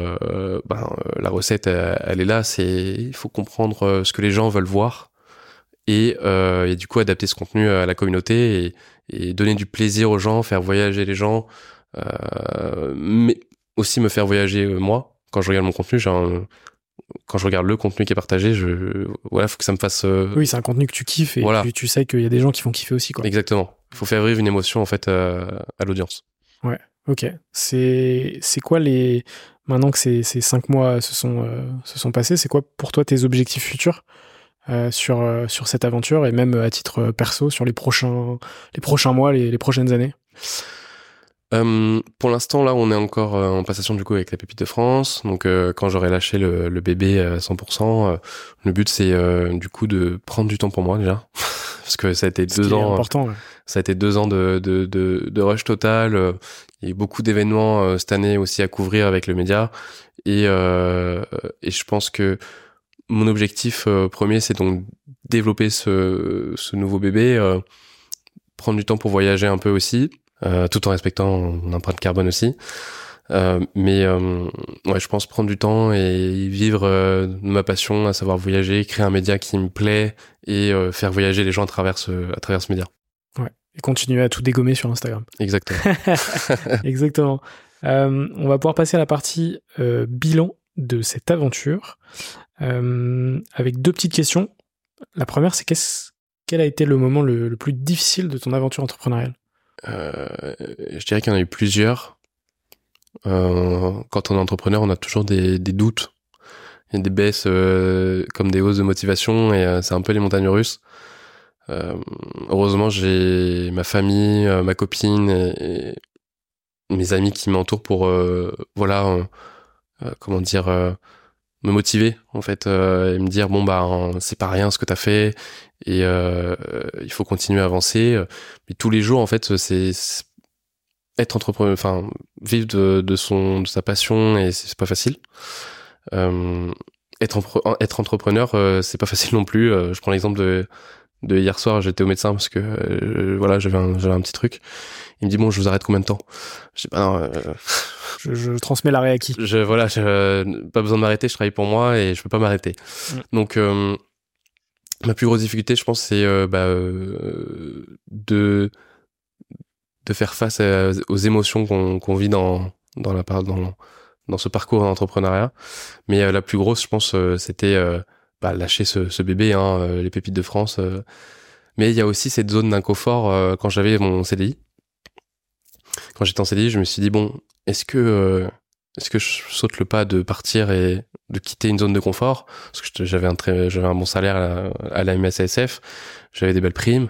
la recette elle est là, il faut comprendre ce que les gens veulent voir et du coup adapter ce contenu à la communauté et donner du plaisir aux gens, faire voyager les gens, mais aussi me faire voyager moi. Quand je regarde mon contenu, quand je regarde le contenu qui est partagé, faut que ça me fasse... Oui, c'est un contenu que tu kiffes et tu sais qu'il y a des gens qui vont kiffer aussi, quoi. Exactement. Il faut faire vivre une émotion, en fait, à l'audience. Ouais, ok. C'est quoi les... Maintenant que ces 5 mois se sont passés, c'est quoi pour toi tes objectifs futurs sur cette aventure et même à titre perso sur les prochains mois, les prochaines années? Pour l'instant, là, on est encore en passation du coup avec la Pépite de France. Donc, quand j'aurai lâché le bébé à 100%, le but c'est du coup de prendre du temps pour moi déjà, parce que ça a été 2 ans. Important, ouais. Ça a été 2 ans de rush total. Il y a eu beaucoup d'événements cette année aussi à couvrir avec le média, et je pense que mon objectif premier, c'est donc développer ce nouveau bébé, prendre du temps pour voyager un peu aussi. Tout en respectant mon empreinte carbone aussi. Mais ouais, je pense prendre du temps et vivre ma passion, à savoir voyager, créer un média qui me plaît et faire voyager les gens à travers ce média. Ouais. Et continuer à tout dégommer sur Instagram. Exactement. Exactement. On va pouvoir passer à la partie bilan de cette aventure avec 2 petites questions. La première, c'est quel a été le moment le plus difficile de ton aventure entrepreneuriale? Je dirais qu'il y en a eu plusieurs. Quand on est entrepreneur, on a toujours des doutes. Il y a des baisses comme des hausses de motivation, et c'est un peu les montagnes russes. Heureusement, j'ai ma famille, ma copine et mes amis qui m'entourent pour comment dire, me motiver en fait, et me dire bon bah c'est pas rien ce que t'as fait, et il faut continuer à avancer. Mais tous les jours en fait, c'est être entrepreneur, enfin vivre de sa passion, et c'est pas facile. Être entrepreneur, c'est pas facile non plus. Je prends l'exemple de hier soir, j'étais au médecin parce que voilà, j'avais un petit truc. Il me dit bon, je vous arrête combien de temps? Je dis bah non, je transmets l'arrêt à qui? Pas besoin de m'arrêter, je travaille pour moi et je peux pas m'arrêter. Donc ma plus grosse difficulté, je pense, c'est de faire face aux émotions qu'on vit dans ce parcours d'entrepreneuriat. Mais la plus grosse, je pense, c'était lâcher ce bébé, les Pépites de France. Mais il y a aussi cette zone d'inconfort quand j'avais mon CDI. Quand j'étais en CDI, je me suis dit bon, est-ce que je saute le pas de partir et de quitter une zone de confort, parce que j'avais un bon salaire à la MSASF, j'avais des belles primes.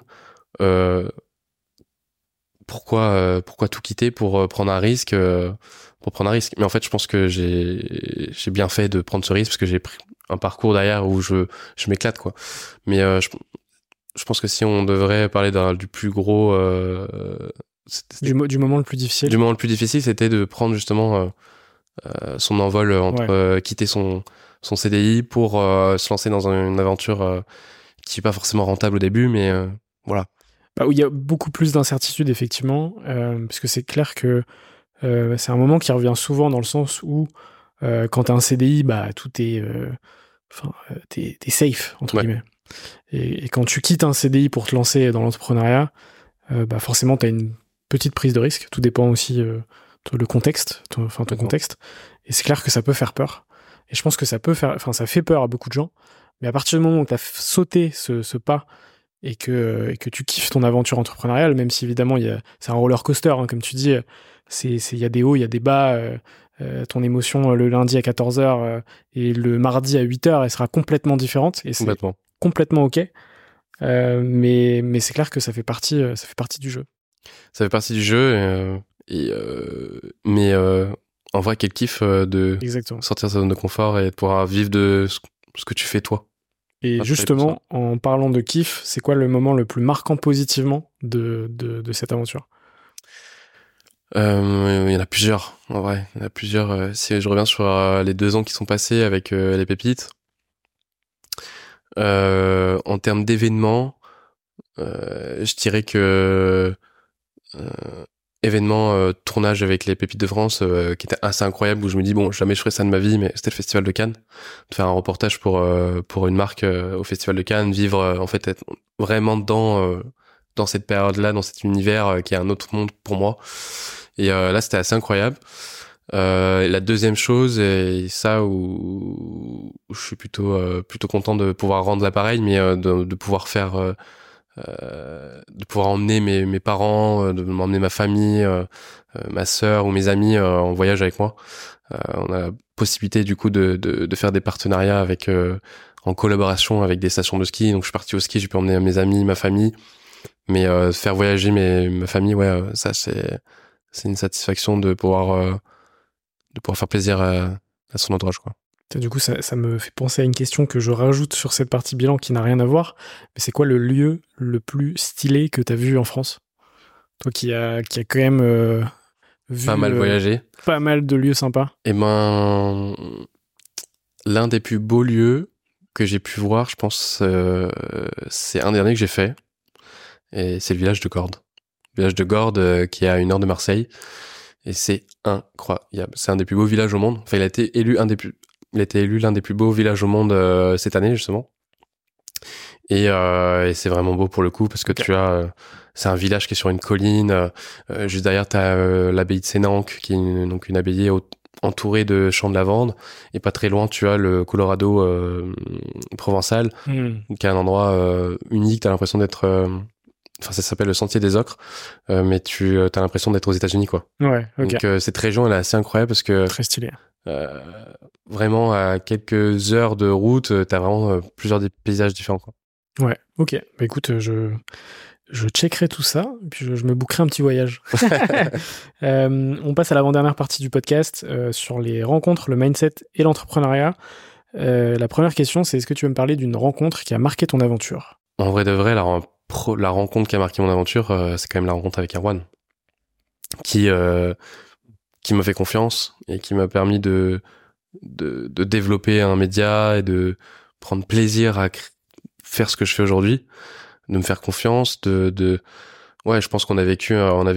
Pourquoi tout quitter pour prendre un risque? Mais en fait, je pense que j'ai bien fait de prendre ce risque, parce que j'ai pris un parcours derrière où je m'éclate, quoi. Mais je pense que si on devrait parler du plus gros du moment le plus difficile. Du moment le plus difficile, c'était de prendre justement son envol entre quitter son CDI pour se lancer dans une aventure qui est pas forcément rentable au début, mais voilà. Où il y a beaucoup plus d'incertitudes, effectivement, parce que c'est clair que c'est un moment qui revient souvent, dans le sens où quand t'as un CDI, tout est... t'es safe, entre guillemets. Et quand tu quittes un CDI pour te lancer dans l'entrepreneuriat, forcément, t'as une petite prise de risque. Tout dépend aussi le contexte, ton contexte. Et c'est clair que ça peut faire peur. Et je pense que ça fait peur à beaucoup de gens. Mais à partir du moment où t'as sauté ce pas, et que tu kiffes ton aventure entrepreneuriale, même si évidemment c'est un roller coaster, comme tu dis, il y a des hauts, il y a des bas, ton émotion le lundi à 14h et le mardi à 8h, elle sera complètement différente, et c'est complètement ok. Mais c'est clair que ça fait partie du jeu. Ça fait partie du jeu, mais en vrai, quel kiff de sortir de sa zone de confort et de pouvoir vivre de ce que tu fais toi. Et justement, en parlant de kiff, c'est quoi le moment le plus marquant positivement de cette aventure? Il y en a plusieurs, en vrai. Il y en a plusieurs. Si je reviens sur les 2 ans qui sont passés avec les Pépites, en termes d'événements, je dirais que événement tournage avec les Pépites de France qui était assez incroyable, où je me dis bon, jamais je ferai ça de ma vie, mais c'était le Festival de Cannes, de faire un reportage pour une marque au Festival de Cannes, vivre en fait, être vraiment dans cette période-là, dans cet univers qui est un autre monde pour moi. Et là, c'était assez incroyable. La deuxième chose, et ça où je suis plutôt content de pouvoir rendre l'appareil, mais de pouvoir faire de pouvoir emmener mes parents, de m'emmener ma famille, ma sœur ou mes amis en voyage avec moi. On a la possibilité du coup de faire des partenariats avec en collaboration avec des stations de ski. Donc je suis parti au ski, j'ai pu emmener mes amis, ma famille, mais faire voyager ma famille, ça c'est une satisfaction de pouvoir faire plaisir à son entourage, quoi. Du coup, ça me fait penser à une question que je rajoute sur cette partie bilan qui n'a rien à voir. Mais c'est quoi le lieu le plus stylé que tu as vu en France? Toi qui a quand même vu Pas mal voyagé. Pas mal de lieux sympas. Et ben, l'un des plus beaux lieux que j'ai pu voir, je pense, c'est un dernier que j'ai fait. Et c'est le village de Gordes. Le village de Gordes qui est à 1 heure de Marseille. Et c'est incroyable. C'est un des plus beaux villages au monde. Enfin, il a été élu l'un des plus beaux villages au monde cette année, justement. Et c'est vraiment beau pour le coup, parce que c'est un village qui est sur une colline. Juste derrière, t'as l'abbaye de Sénanque, qui est donc une abbaye entourée de champs de lavande. Et pas très loin, tu as le Colorado provençal, qui est un endroit unique. T'as l'impression d'être... Enfin, ça s'appelle le Sentier des Ocres, mais tu as l'impression d'être aux États-Unis, quoi. Ouais, ok. Donc cette région, elle est assez incroyable parce que très stylé. Vraiment à quelques heures de route, t'as vraiment plusieurs des paysages différents, quoi. Ouais, ok. Bah écoute, je checkerai tout ça, et puis je me bookerai un petit voyage. On passe à l'avant-dernière partie du podcast sur les rencontres, le mindset et l'entrepreneuriat. La première question, c'est est-ce que tu veux me parler d'une rencontre qui a marqué ton aventure? En vrai de vrai, la rencontre qui a marqué mon aventure, c'est quand même la rencontre avec Erwan, qui m'a fait confiance et qui m'a permis de développer un média et de prendre plaisir à faire ce que je fais aujourd'hui, de me faire confiance, ouais, je pense qu'on a vécu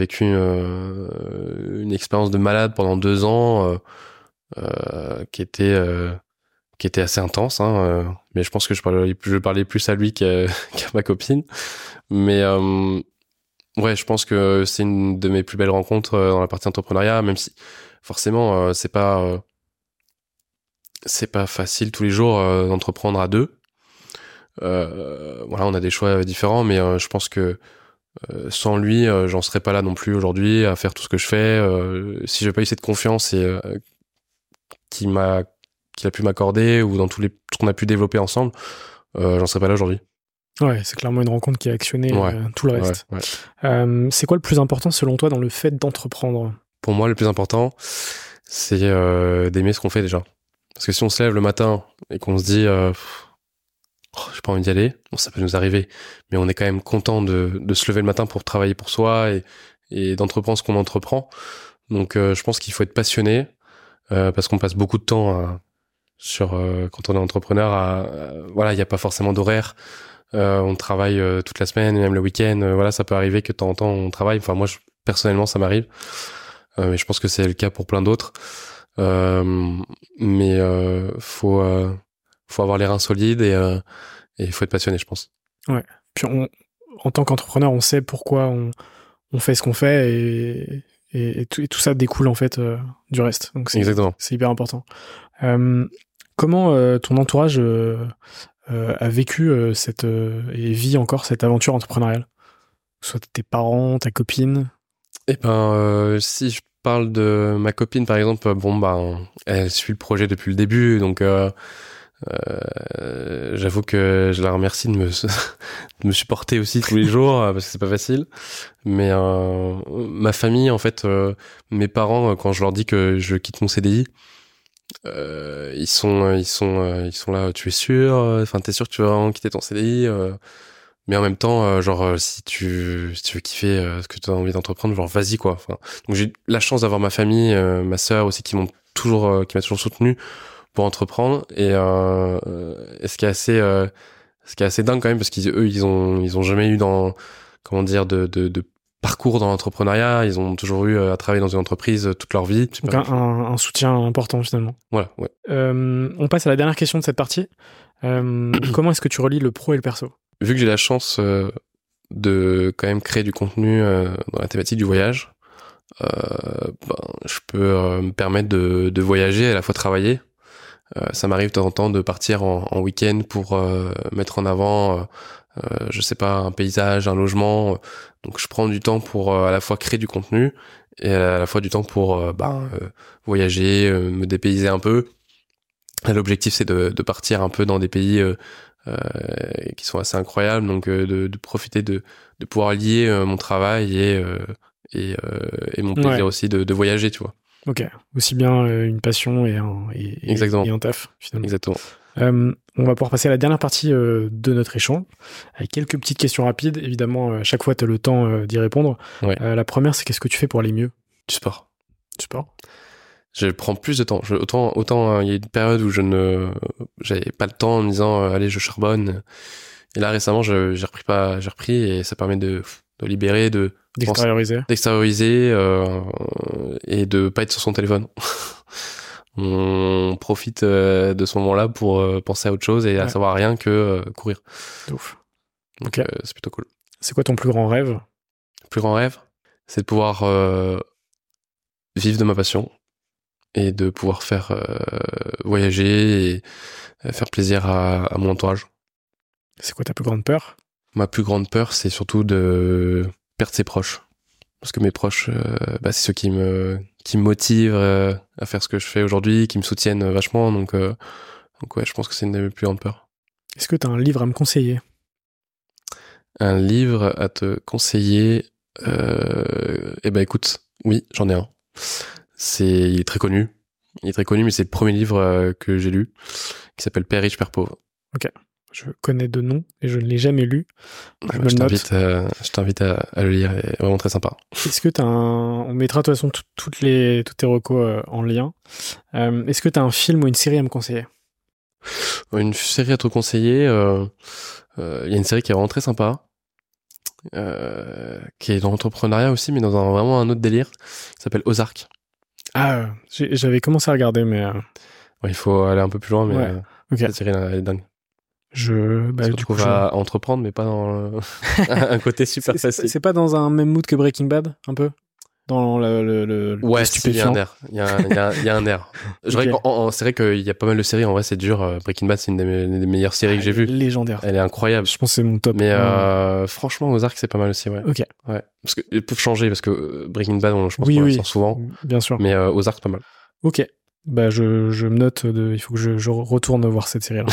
une expérience de malade pendant 2 ans qui était assez intense, hein, mais je pense que je parlais plus à lui qu'à ma copine. Mais ouais, je pense que c'est une de mes plus belles rencontres dans la partie entrepreneuriat, même si forcément c'est pas facile tous les jours d'entreprendre à deux. Voilà, on a des choix différents, mais je pense que sans lui, j'en serais pas là non plus aujourd'hui à faire tout ce que je fais. Si j'avais pas eu cette confiance et qu'il a pu m'accorder, ou dans tout ce qu'on a pu développer ensemble, j'en serais pas là aujourd'hui. Ouais, c'est clairement une rencontre qui a actionné tout le reste. Ouais. C'est quoi le plus important selon toi dans le fait d'entreprendre? Pour moi, le plus important, c'est d'aimer ce qu'on fait déjà. Parce que si on se lève le matin et qu'on se dit j'ai pas envie d'y aller, bon, ça peut nous arriver, mais on est quand même content de se lever le matin pour travailler pour soi et d'entreprendre ce qu'on entreprend. Donc je pense qu'il faut être passionné parce qu'on passe beaucoup de temps quand on est entrepreneur voilà, il n'y a pas forcément d'horaire. On travaille toute la semaine, même le week-end. Voilà, ça peut arriver que de temps en temps on travaille. Enfin, moi, personnellement, ça m'arrive. Mais je pense que c'est le cas pour plein d'autres. Mais faut avoir les reins solides et il faut être passionné, je pense. Ouais. Puis en tant qu'entrepreneur, on sait pourquoi on fait ce qu'on fait et tout ça découle en fait du reste. Donc c'est hyper important. Comment ton entourage a vécu et vit encore cette aventure entrepreneuriale? Soit tes parents, ta copine? Eh ben, si je parle de ma copine, par exemple, elle suit le projet depuis le début, donc j'avoue que je la remercie de me supporter aussi tous les jours parce que c'est pas facile. Mais ma famille, en fait, mes parents, quand je leur dis que je quitte mon CDI, ils sont là. Tu es sûr? Enfin, t'es sûr que tu vas vraiment quitter ton CDI? Mais en même temps, si tu veux kiffer ce que tu as envie d'entreprendre, genre vas-y quoi. Enfin, donc j'ai la chance d'avoir ma famille, ma sœur aussi qui m'a toujours soutenu pour entreprendre et ce qui est assez dingue quand même parce ils ont jamais eu de parcours dans l'entrepreneuriat, ils ont toujours eu à travailler dans une entreprise toute leur vie. Donc un soutien important finalement. Voilà, ouais. On passe à la dernière question de cette partie. Comment est-ce que tu relis le pro et le perso? Vu que j'ai la chance de quand même créer du contenu dans la thématique du voyage, je peux me permettre de voyager et à la fois travailler. Ça m'arrive de temps en temps de partir en week-end pour mettre en avant je sais pas, un paysage, un logement. Donc je prends du temps pour à la fois créer du contenu et à la fois du temps pour voyager, me dépayser un peu. Et l'objectif c'est de partir un peu dans des pays qui sont assez incroyables, donc de profiter de pouvoir lier mon travail et mon plaisir aussi de voyager, tu vois. Ok, aussi bien une passion et Exactement. Et un taf finalement. Exactement. On va pouvoir passer à la dernière partie de notre échange, avec quelques petites questions rapides. Évidemment, à chaque fois, tu as le temps d'y répondre. Ouais. La première, c'est qu'est-ce que tu fais pour aller mieux? Du sport. Du sport? Je prends plus de temps. Autant il y a une période où j'avais pas le temps en me disant allez, je charbonne. Et là récemment, j'ai repris et ça permet de libérer, d'extérioriser et de pas être sur son téléphone. On profite de ce moment-là pour penser à autre chose et à savoir rien que courir. Ouf. Donc c'est plutôt cool. C'est quoi ton plus grand rêve? Le plus grand rêve, c'est de pouvoir vivre de ma passion et de pouvoir faire voyager et faire plaisir à mon entourage. C'est quoi ta plus grande peur? Ma plus grande peur, c'est surtout de perdre ses proches. Parce que mes proches, c'est ceux qui me motivent à faire ce que je fais aujourd'hui, qui me soutiennent vachement. Donc ouais, je pense que c'est une de mes plus grandes peurs. Est-ce que tu as un livre à me conseiller? Un livre à te conseiller? Écoute, oui, j'en ai un. Il est très connu. Mais c'est le premier livre que j'ai lu, qui s'appelle Père riche, Père pauvre. Ok. Je connais de nom et je ne l'ai jamais lu. Je t'invite à le lire, il est vraiment très sympa. Est-ce que t'as on mettra de toute façon toutes tes recos en lien. Est-ce que tu as un film ou une série à me conseiller? Une série à te conseiller, il y a une série qui est vraiment très sympa, qui est dans l'entrepreneuriat aussi, mais dans vraiment un autre délire, qui s'appelle Ozark. Ah, j'avais commencé à regarder, mais... Ouais, il faut aller un peu plus loin, mais okay. Cette série elle est dingue. Du coup, à entreprendre, mais pas dans un côté super facile. C'est pas dans un même mood que Breaking Bad, un peu? Dans le stupéfiant. Il y a un air. Okay. C'est vrai qu'il y a pas mal de séries, en vrai c'est dur. Breaking Bad, c'est une des meilleures séries que j'ai vues. Légendaire. Elle est incroyable. Je pense que c'est mon top. Mais franchement, Ozark, c'est pas mal aussi, ouais. Ok. Ouais. Parce qu'ils peuvent changer, parce que Breaking Bad, je pense qu'on le sent souvent. Bien sûr. Mais Ozark, pas mal. Ok. Je me note il faut que je retourne voir cette série-là.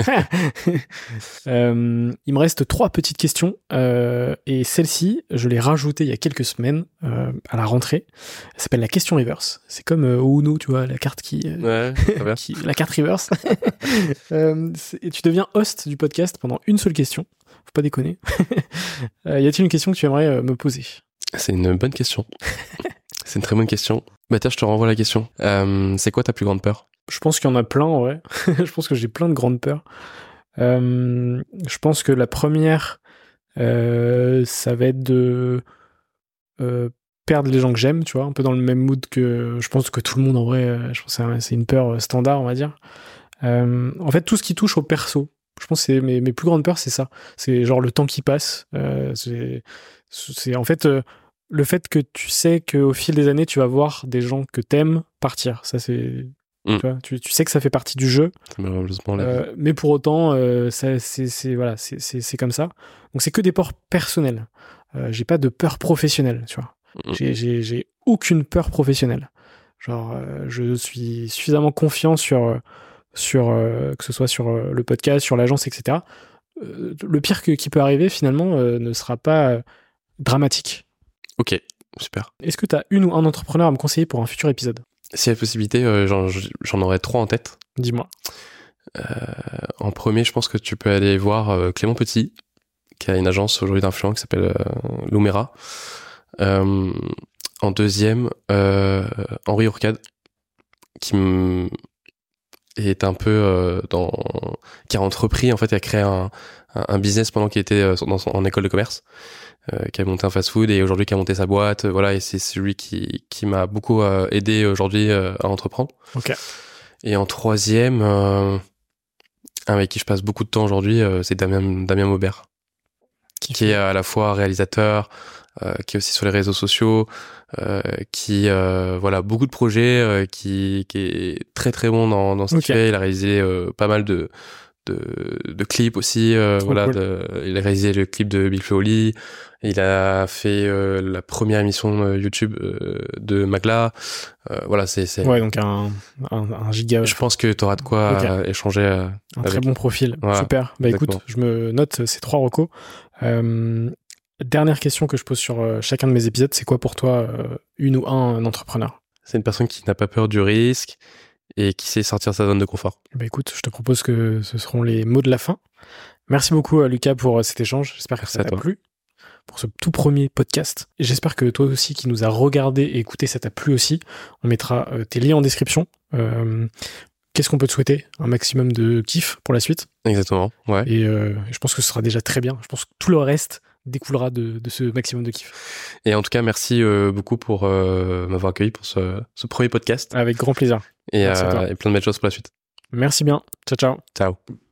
Il me reste 3 petites questions et celle-ci, je l'ai rajoutée il y a quelques semaines à la rentrée. Elle s'appelle la question reverse. C'est comme au Uno, tu vois, la carte ouais, très bien. la carte reverse. Et tu deviens host du podcast pendant une seule question. Faut pas déconner. Y a-t-il une question que tu aimerais me poser? C'est une bonne question. C'est une très bonne question. Tiens, je te renvoie la question. C'est quoi ta plus grande peur? Je pense qu'il y en a plein, en vrai. Je pense que j'ai plein de grandes peurs. Je pense que la première, ça va être de perdre les gens que j'aime, tu vois, un peu dans le même mood que je pense que tout le monde, en vrai, je pense que c'est une peur standard, on va dire. En fait, tout ce qui touche au perso, je pense que mes plus grandes peurs, c'est ça. C'est genre le temps qui passe. C'est en fait... le fait que tu sais qu'au fil des années, tu vas voir des gens que t'aimes partir. Ça, c'est... Tu sais que ça fait partie du jeu. Mais pour autant, c'est comme ça. Donc, c'est que des peurs personnelles. J'ai pas de peur professionnelle, tu vois. J'ai aucune peur professionnelle. Genre, je suis suffisamment confiant sur que ce soit sur le podcast, sur l'agence, etc. Le pire qui peut arriver, finalement, ne sera pas dramatique. Ok, super. Est-ce que tu as une ou un entrepreneur à me conseiller pour un futur épisode? S'il y a possibilité, j'en aurais 3 en tête. Dis-moi. En premier, je pense que tu peux aller voir Clément Petit, qui a une agence aujourd'hui d'influence qui s'appelle Lumera. En deuxième, Henri Ourcade, qui est un peu qui a entrepris, en fait, a créé un business pendant qu'il était en école de commerce. Qui a monté un fast-food et aujourd'hui qui a monté sa boîte, voilà, et c'est celui qui m'a beaucoup aidé aujourd'hui à entreprendre. Ok. Et en troisième, avec qui je passe beaucoup de temps aujourd'hui, c'est Damien Maubert, qui est à la fois réalisateur, qui est aussi sur les réseaux sociaux, qui beaucoup de projets, qui est très très bon dans ce qu'il fait. Il a réalisé pas mal de de clips aussi. Voilà, cool. Il a réalisé le clip de Big Flo et Oli. Il a fait la première émission YouTube de Magla. Voilà, c'est. Ouais, donc un giga. Je pense que t'auras de quoi échanger. Un très bon profil. Voilà, Super. Bah exactement. écoute, je me note ces 3 recos. Dernière question que je pose sur chacun de mes épisodes, c'est quoi pour toi une ou un entrepreneur? C'est une personne qui n'a pas peur du risque et qui sait sortir de sa zone de confort. Bah écoute, je te propose que ce seront les mots de la fin. Merci beaucoup Lucas pour cet échange. J'espère que ça t'a plu pour ce tout premier podcast. Et j'espère que toi aussi qui nous as regardé et écouté, ça t'a plu aussi. On mettra tes liens en description. Qu'est-ce qu'on peut te souhaiter? Un maximum de kiff pour la suite. Exactement, ouais. Et je pense que ce sera déjà très bien. Je pense que tout le reste découlera de ce maximum de kiff. Et en tout cas, merci beaucoup pour m'avoir accueilli pour ce premier podcast. Avec grand plaisir. Et plein de belles choses pour la suite. Merci bien. Ciao, ciao. Ciao.